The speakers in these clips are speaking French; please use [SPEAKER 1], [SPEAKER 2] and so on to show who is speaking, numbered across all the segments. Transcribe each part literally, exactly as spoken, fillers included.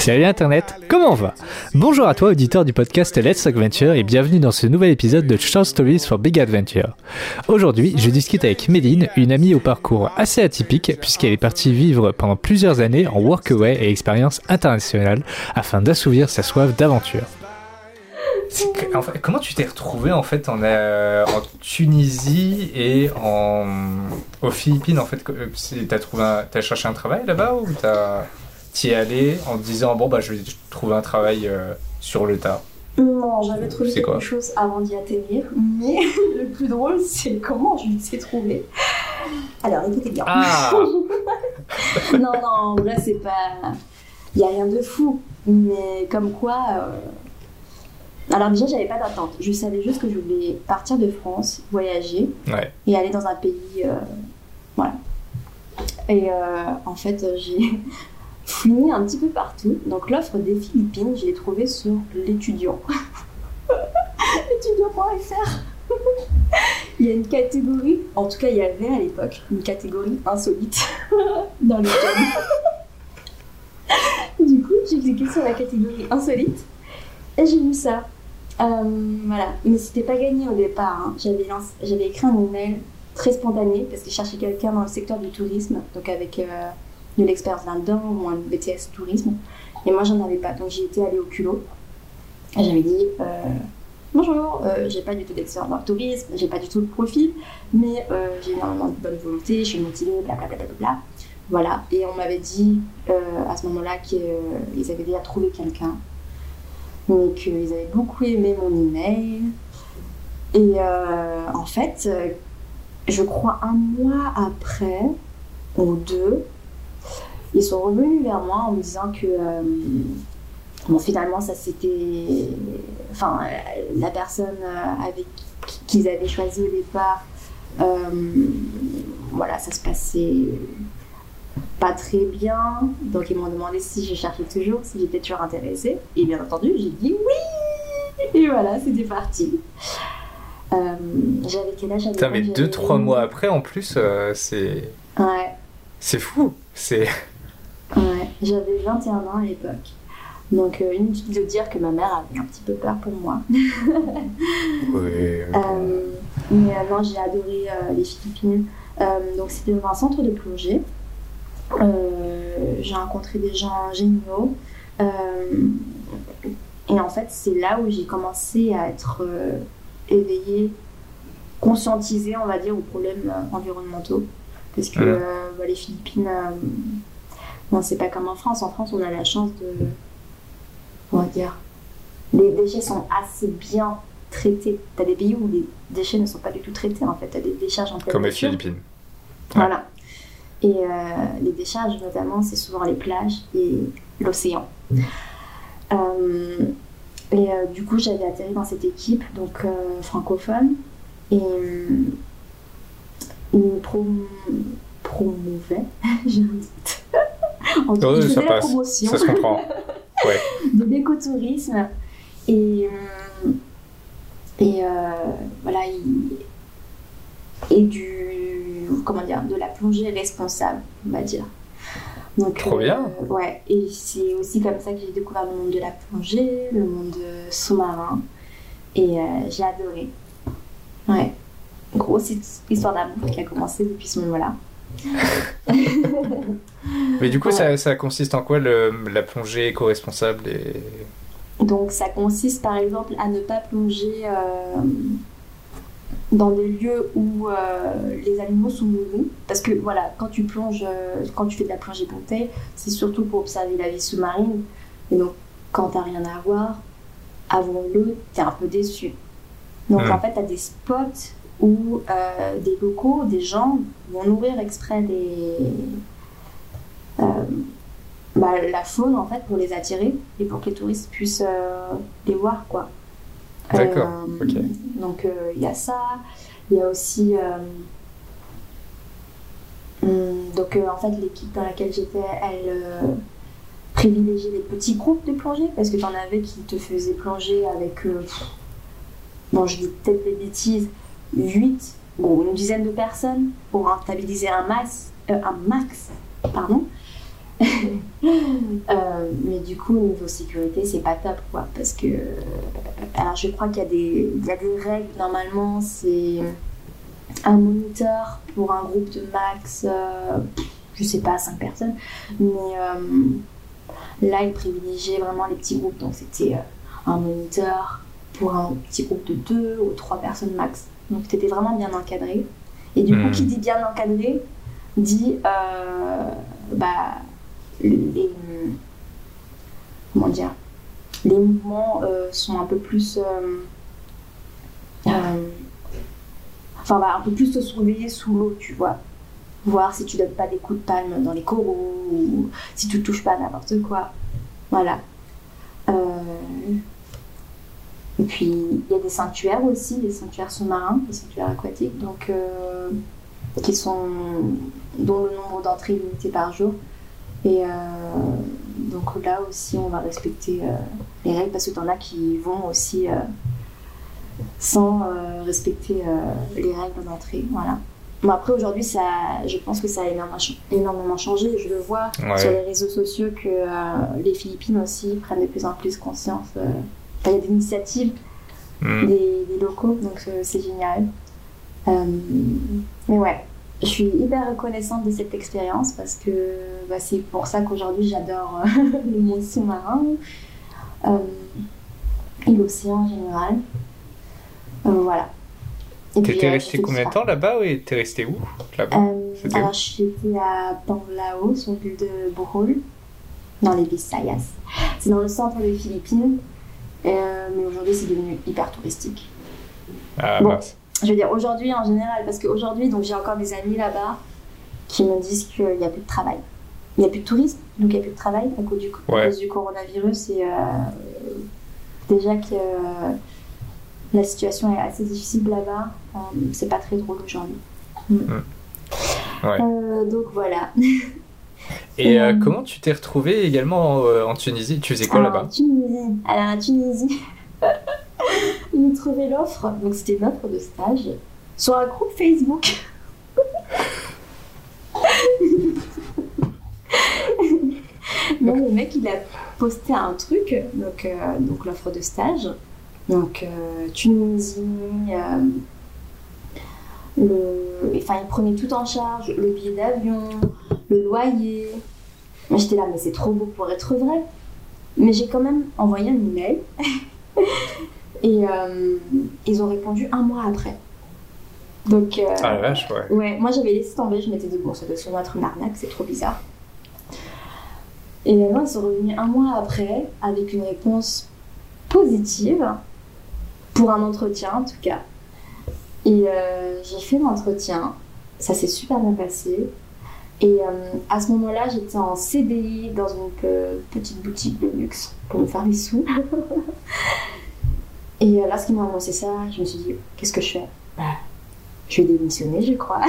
[SPEAKER 1] Salut Internet, comment on va? Bonjour à toi auditeur du podcast Let's Talk Venture et bienvenue dans ce nouvel épisode de Short Stories for Big Adventure. Aujourd'hui, je discute avec Méline, une amie au parcours assez atypique puisqu'elle est partie vivre pendant plusieurs années en workaway et expérience internationale afin d'assouvir sa soif d'aventure. Que, en fait, comment tu t'es retrouvée en fait en, euh, en Tunisie et en aux Philippines en fait? T'as trouvé un, t'as cherché un travail là-bas ou t'as t'y es allé en te disant bon bah je vais trouver un travail euh, sur le tas?
[SPEAKER 2] Non, j'avais trouvé c'est quelque quoi chose avant d'y atterrir, mais le plus drôle c'est comment je l'ai trouvé. Alors écoutez bien.
[SPEAKER 1] Ah
[SPEAKER 2] non non, en vrai c'est pas, il y a rien de fou, mais comme quoi. Euh... Alors déjà, j'avais pas d'attente. Je savais juste que je voulais partir de France, voyager
[SPEAKER 1] ouais.
[SPEAKER 2] et aller dans un pays, euh, voilà. Et euh, en fait, j'ai fouillé un petit peu partout. Donc l'offre des Philippines, je l'ai trouvée sur l'étudiant. l'étudiant point F R. Il y a une catégorie, en tout cas il y avait à l'époque, une catégorie insolite dans le job. Du coup, j'ai cliqué sur la catégorie insolite. Et j'ai vu ça. Euh, voilà. Mais c'était pas gagné au départ. Hein. J'avais, lancé, j'avais écrit un email très spontané parce que je cherchais quelqu'un dans le secteur du tourisme, donc avec euh, de l'expérience là-dedans ou un B T S tourisme. Et moi, j'en avais pas. Donc j'y étais allée au culot. Et j'avais dit euh, bonjour, euh, j'ai pas du tout d'expérience dans le tourisme, j'ai pas du tout de profil, mais euh, j'ai énormément de bonne volonté, je suis motivée, blablabla. Bla, bla, bla. Voilà. Et on m'avait dit euh, à ce moment-là qu'ils avaient déjà trouvé quelqu'un. Donc euh, ils avaient beaucoup aimé mon email et euh, en fait euh, je crois un mois après ou deux ils sont revenus vers moi en me disant que euh, bon finalement ça c'était enfin la personne avec qu'ils avaient choisi au départ euh, voilà ça se passait pas très bien, donc ils m'ont demandé si je cherchais toujours, si j'étais toujours intéressée, et bien entendu j'ai dit oui, et voilà c'était parti. Euh, j'avais quel âge?
[SPEAKER 1] Putain, mais deux trois mois après en plus, euh, c'est
[SPEAKER 2] ouais
[SPEAKER 1] c'est fou, c'est
[SPEAKER 2] ouais j'avais vingt et un ans à l'époque, donc euh, inutile de dire que ma mère avait un petit peu peur pour moi.
[SPEAKER 1] Oui.
[SPEAKER 2] euh, mais euh, non, j'ai adoré euh, les Philippines. Euh, donc c'était dans un centre de plongée. Euh, j'ai rencontré des gens géniaux euh, et en fait c'est là où j'ai commencé à être euh, éveillée, conscientisée on va dire aux problèmes euh, environnementaux parce que euh, bah, les Philippines euh, bon, c'est pas comme en France. En France on a la chance de, on va dire, les déchets sont assez bien traités. T'as des pays où les déchets ne sont pas du tout traités en fait, t'as des décharges en pleine
[SPEAKER 1] comme les
[SPEAKER 2] nature.
[SPEAKER 1] Philippines.
[SPEAKER 2] Voilà. Ouais. Et euh, les décharges, notamment, c'est souvent les plages et l'océan. Euh, et euh, du coup, j'avais atterri dans cette équipe, donc euh, francophone, et euh, ils prom- promouvaient, j'ai un doute. En tout cas,
[SPEAKER 1] oh,
[SPEAKER 2] ils faisaient
[SPEAKER 1] ça
[SPEAKER 2] la
[SPEAKER 1] passe,
[SPEAKER 2] promotion
[SPEAKER 1] ça se comprend. Ouais.
[SPEAKER 2] de l'écotourisme. Et, euh, et euh, voilà, ils, et du comment dire, de la plongée responsable, on va dire. Donc,
[SPEAKER 1] trop euh, bien.
[SPEAKER 2] Ouais, et c'est aussi comme ça que j'ai découvert le monde de la plongée, le monde sous-marin, et euh, j'ai adoré. Ouais, grosse histoire d'amour qui a commencé depuis ce moment-là.
[SPEAKER 1] Mais du coup,
[SPEAKER 2] ouais.
[SPEAKER 1] ça, ça consiste en quoi le, la plongée éco-responsable et...
[SPEAKER 2] Donc ça consiste par exemple à ne pas plonger euh, dans des lieux où euh, les animaux sont nourris, parce que voilà, quand tu plonges, euh, quand tu fais de la plongée pontée, c'est surtout pour observer la vie sous-marine, et donc quand t'as rien à voir, avouons-le, t'es un peu déçu. Donc mmh. en fait t'as des spots où euh, des locaux, des gens vont nourrir exprès des, euh, bah, la faune en fait pour les attirer et pour que les touristes puissent euh, les voir quoi.
[SPEAKER 1] D'accord,
[SPEAKER 2] euh,
[SPEAKER 1] ok.
[SPEAKER 2] Donc il euh, y a ça, il y a aussi euh, hum, donc euh, en fait l'équipe dans laquelle j'étais, elle euh, privilégiait les petits groupes de plongée parce que t'en avais qui te faisaient plonger avec euh, bon je dis peut-être des bêtises, huit ou une dizaine de personnes pour rentabiliser un max, euh, un max pardon euh, mais du coup, au niveau sécurité, c'est pas top, quoi. Parce que. Alors, je crois qu'il y a des, il y a des règles. Normalement, c'est un moniteur pour un groupe de max, euh, je sais pas, cinq personnes. Mais euh, là, ils privilégiaient vraiment les petits groupes. Donc, c'était euh, un moniteur pour un petit groupe de deux ou trois personnes max. Donc, t'étais vraiment bien encadré. Et du coup,
[SPEAKER 1] Mmh.
[SPEAKER 2] qui dit bien encadré, dit. Euh, bah. Les, comment dire, les mouvements euh, sont un peu plus euh, euh, enfin bah, un peu plus te surveiller sous l'eau, tu vois, voir si tu donnes pas des coups de palme dans les coraux ou si tu touches pas à n'importe quoi, voilà. Euh, et puis il y a des sanctuaires aussi, des sanctuaires sous-marins, des sanctuaires aquatiques, donc euh, qui sont, dont le nombre d'entrées est limité par jour. Et euh, donc là aussi, on va respecter euh, les règles parce que t'en as qui vont aussi euh, sans euh, respecter euh, les règles d'entrée. Voilà. Bon, après, aujourd'hui, ça, je pense que ça a énormément, énormément changé. Je le vois
[SPEAKER 1] Ouais.
[SPEAKER 2] sur les réseaux sociaux que euh, les Philippines aussi prennent de plus en plus conscience. Euh, enfin, il y a des initiatives
[SPEAKER 1] Mmh.
[SPEAKER 2] des, des locaux, donc euh, c'est génial. Euh, mais ouais. Je suis hyper reconnaissante de cette expérience parce que bah, c'est pour ça qu'aujourd'hui j'adore euh, le monde sous-marin euh, et l'océan en général. Euh, voilà. Et
[SPEAKER 1] T'étais
[SPEAKER 2] puis, euh,
[SPEAKER 1] resté
[SPEAKER 2] j'ai
[SPEAKER 1] combien de
[SPEAKER 2] fait
[SPEAKER 1] temps là-bas et t'es resté où là-bas?
[SPEAKER 2] euh,
[SPEAKER 1] C'était
[SPEAKER 2] Alors
[SPEAKER 1] où?
[SPEAKER 2] j'étais à Panglao, sur l'île de Bohol, dans les Visayas. C'est dans le centre des Philippines, euh, mais aujourd'hui c'est devenu hyper touristique.
[SPEAKER 1] Ah
[SPEAKER 2] Bon.
[SPEAKER 1] mince.
[SPEAKER 2] Je veux dire aujourd'hui en général, parce qu'aujourd'hui, donc j'ai encore des amis là-bas qui me disent qu'il n'y a plus de travail. Il n'y a plus de tourisme, donc il n'y a plus de travail à cause du, à
[SPEAKER 1] Ouais.
[SPEAKER 2] cause du coronavirus. Et euh, déjà que euh, la situation est assez difficile là-bas, euh, c'est pas très drôle aujourd'hui. Mm.
[SPEAKER 1] Ouais.
[SPEAKER 2] Euh, donc voilà.
[SPEAKER 1] Et euh,
[SPEAKER 2] Euh,
[SPEAKER 1] comment tu t'es retrouvé également euh, en Tunisie? Tu faisais quoi
[SPEAKER 2] Alors,
[SPEAKER 1] là-bas?
[SPEAKER 2] en Tunisie, alors à Tunisie, ils m'ont trouvé l'offre, donc c'était une offre de stage, sur un groupe Facebook. Non, le mec il a posté un truc, donc, euh, donc l'offre de stage, donc euh, Tunisie, euh, le, enfin il prenait tout en charge, le billet d'avion, le loyer. Moi j'étais là, mais c'est trop beau pour être vrai. Mais j'ai quand même envoyé un email et euh, ils ont répondu un mois après. Donc, euh,
[SPEAKER 1] Ah la vache, ouais.
[SPEAKER 2] ouais, moi j'avais laissé tomber, je m'étais dit, bon, ça doit sûrement être une arnaque, c'est trop bizarre. Et là, ils sont revenus un mois après avec une réponse positive pour un entretien en tout cas. Et euh, j'ai fait l'entretien, ça s'est super bien passé. Et euh, à ce moment-là, j'étais en C D I dans une pe- petite boutique de luxe pour me faire des sous. Et euh, lorsqu'ils m'ont annoncé ça, je me suis dit, qu'est-ce que je fais? Bah, je vais démissionner, je crois.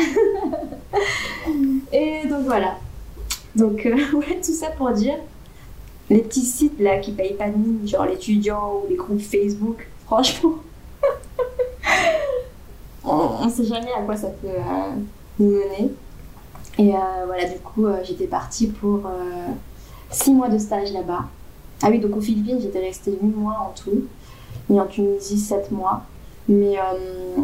[SPEAKER 2] Et donc voilà. Donc euh, ouais, tout ça pour dire, les petits sites là qui payent pas de mine, genre l'étudiant ou les groupes Facebook, franchement, on ne sait jamais à quoi ça peut euh, nous mener. Et euh, voilà, du coup, euh, j'étais partie pour euh, six mois de stage là-bas. Ah oui, donc aux Philippines, j'étais restée huit mois en tout, et en Tunisie, sept mois. Mais euh,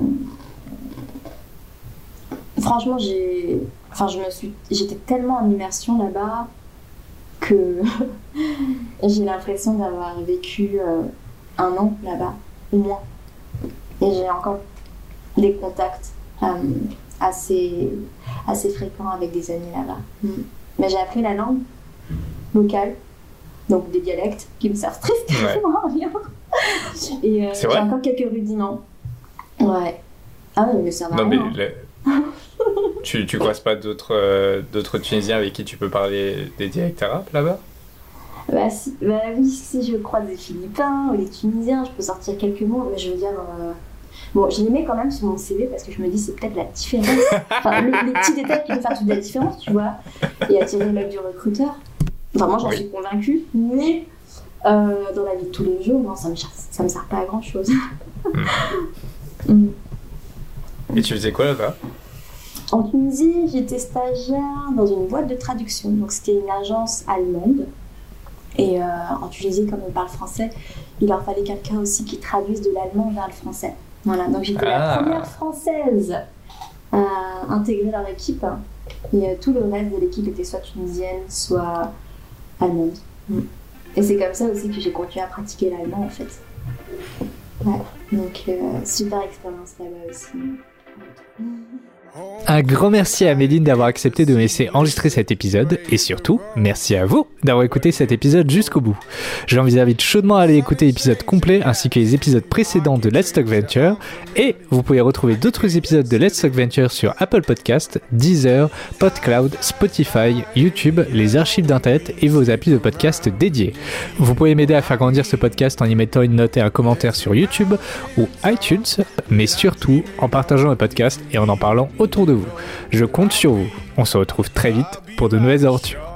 [SPEAKER 2] franchement, j'ai, enfin, je me suis, j'étais tellement en immersion là-bas que j'ai l'impression d'avoir vécu euh, un an là-bas, au moins. Et j'ai encore des contacts euh, assez, assez fréquents avec des amis là-bas. Mm. Mais j'ai appris la langue locale, donc des dialectes qui me servent strictement à rien. Et euh, j'ai encore quelques rudiments. Ouais. Ah oui, mais ça va.
[SPEAKER 1] Non, mais
[SPEAKER 2] rien.
[SPEAKER 1] le... tu, tu croises pas d'autres, euh, d'autres Tunisiens avec qui tu peux parler des dialectes arabes là-bas?
[SPEAKER 2] Bah, si, bah oui, si je croise des Philippins ou des Tunisiens, je peux sortir quelques mots, mais je veux dire. Euh... Bon, je les mets quand même sur mon C V parce que je me dis c'est peut-être la différence. Enfin, le, les petits détails qui vont faire toute la différence, tu vois, et attirer l'œil du recruteur. Enfin, moi j'en oui. suis convaincue, mais euh, dans la vie de tous les jours, non, ça me, ça me sert pas à grand chose.
[SPEAKER 1] Mm. Mm. Et tu faisais quoi là-bas?
[SPEAKER 2] En Tunisie, j'étais stagiaire dans une boîte de traduction. Donc, c'était une agence allemande. Et euh, en Tunisie, comme on parle français, il leur fallait quelqu'un aussi qui traduise de l'allemand vers le français. Voilà, donc j'étais ah. la première française à intégrer leur équipe. Et euh, tout le reste de l'équipe était soit tunisienne, soit allemande. Mm. Et c'est comme ça aussi que j'ai continué à pratiquer l'allemand, en fait. Ouais, donc euh, super expérience là-bas aussi.
[SPEAKER 1] Un grand merci à Méline d'avoir accepté de me laisser enregistrer cet épisode et surtout, merci à vous d'avoir écouté cet épisode jusqu'au bout. Je vous invite chaudement à aller écouter l'épisode complet ainsi que les épisodes précédents de Let's Talk Venture et vous pouvez retrouver d'autres épisodes de Let's Talk Venture sur Apple Podcasts, Deezer, PodCloud, Spotify, YouTube, les archives d'internet et vos applis de podcast dédiés. Vous pouvez m'aider à faire grandir ce podcast en y mettant une note et un commentaire sur YouTube ou iTunes, mais surtout en partageant le podcast et en en parlant autour de vous. Je compte sur vous. On se retrouve très vite pour de nouvelles aventures.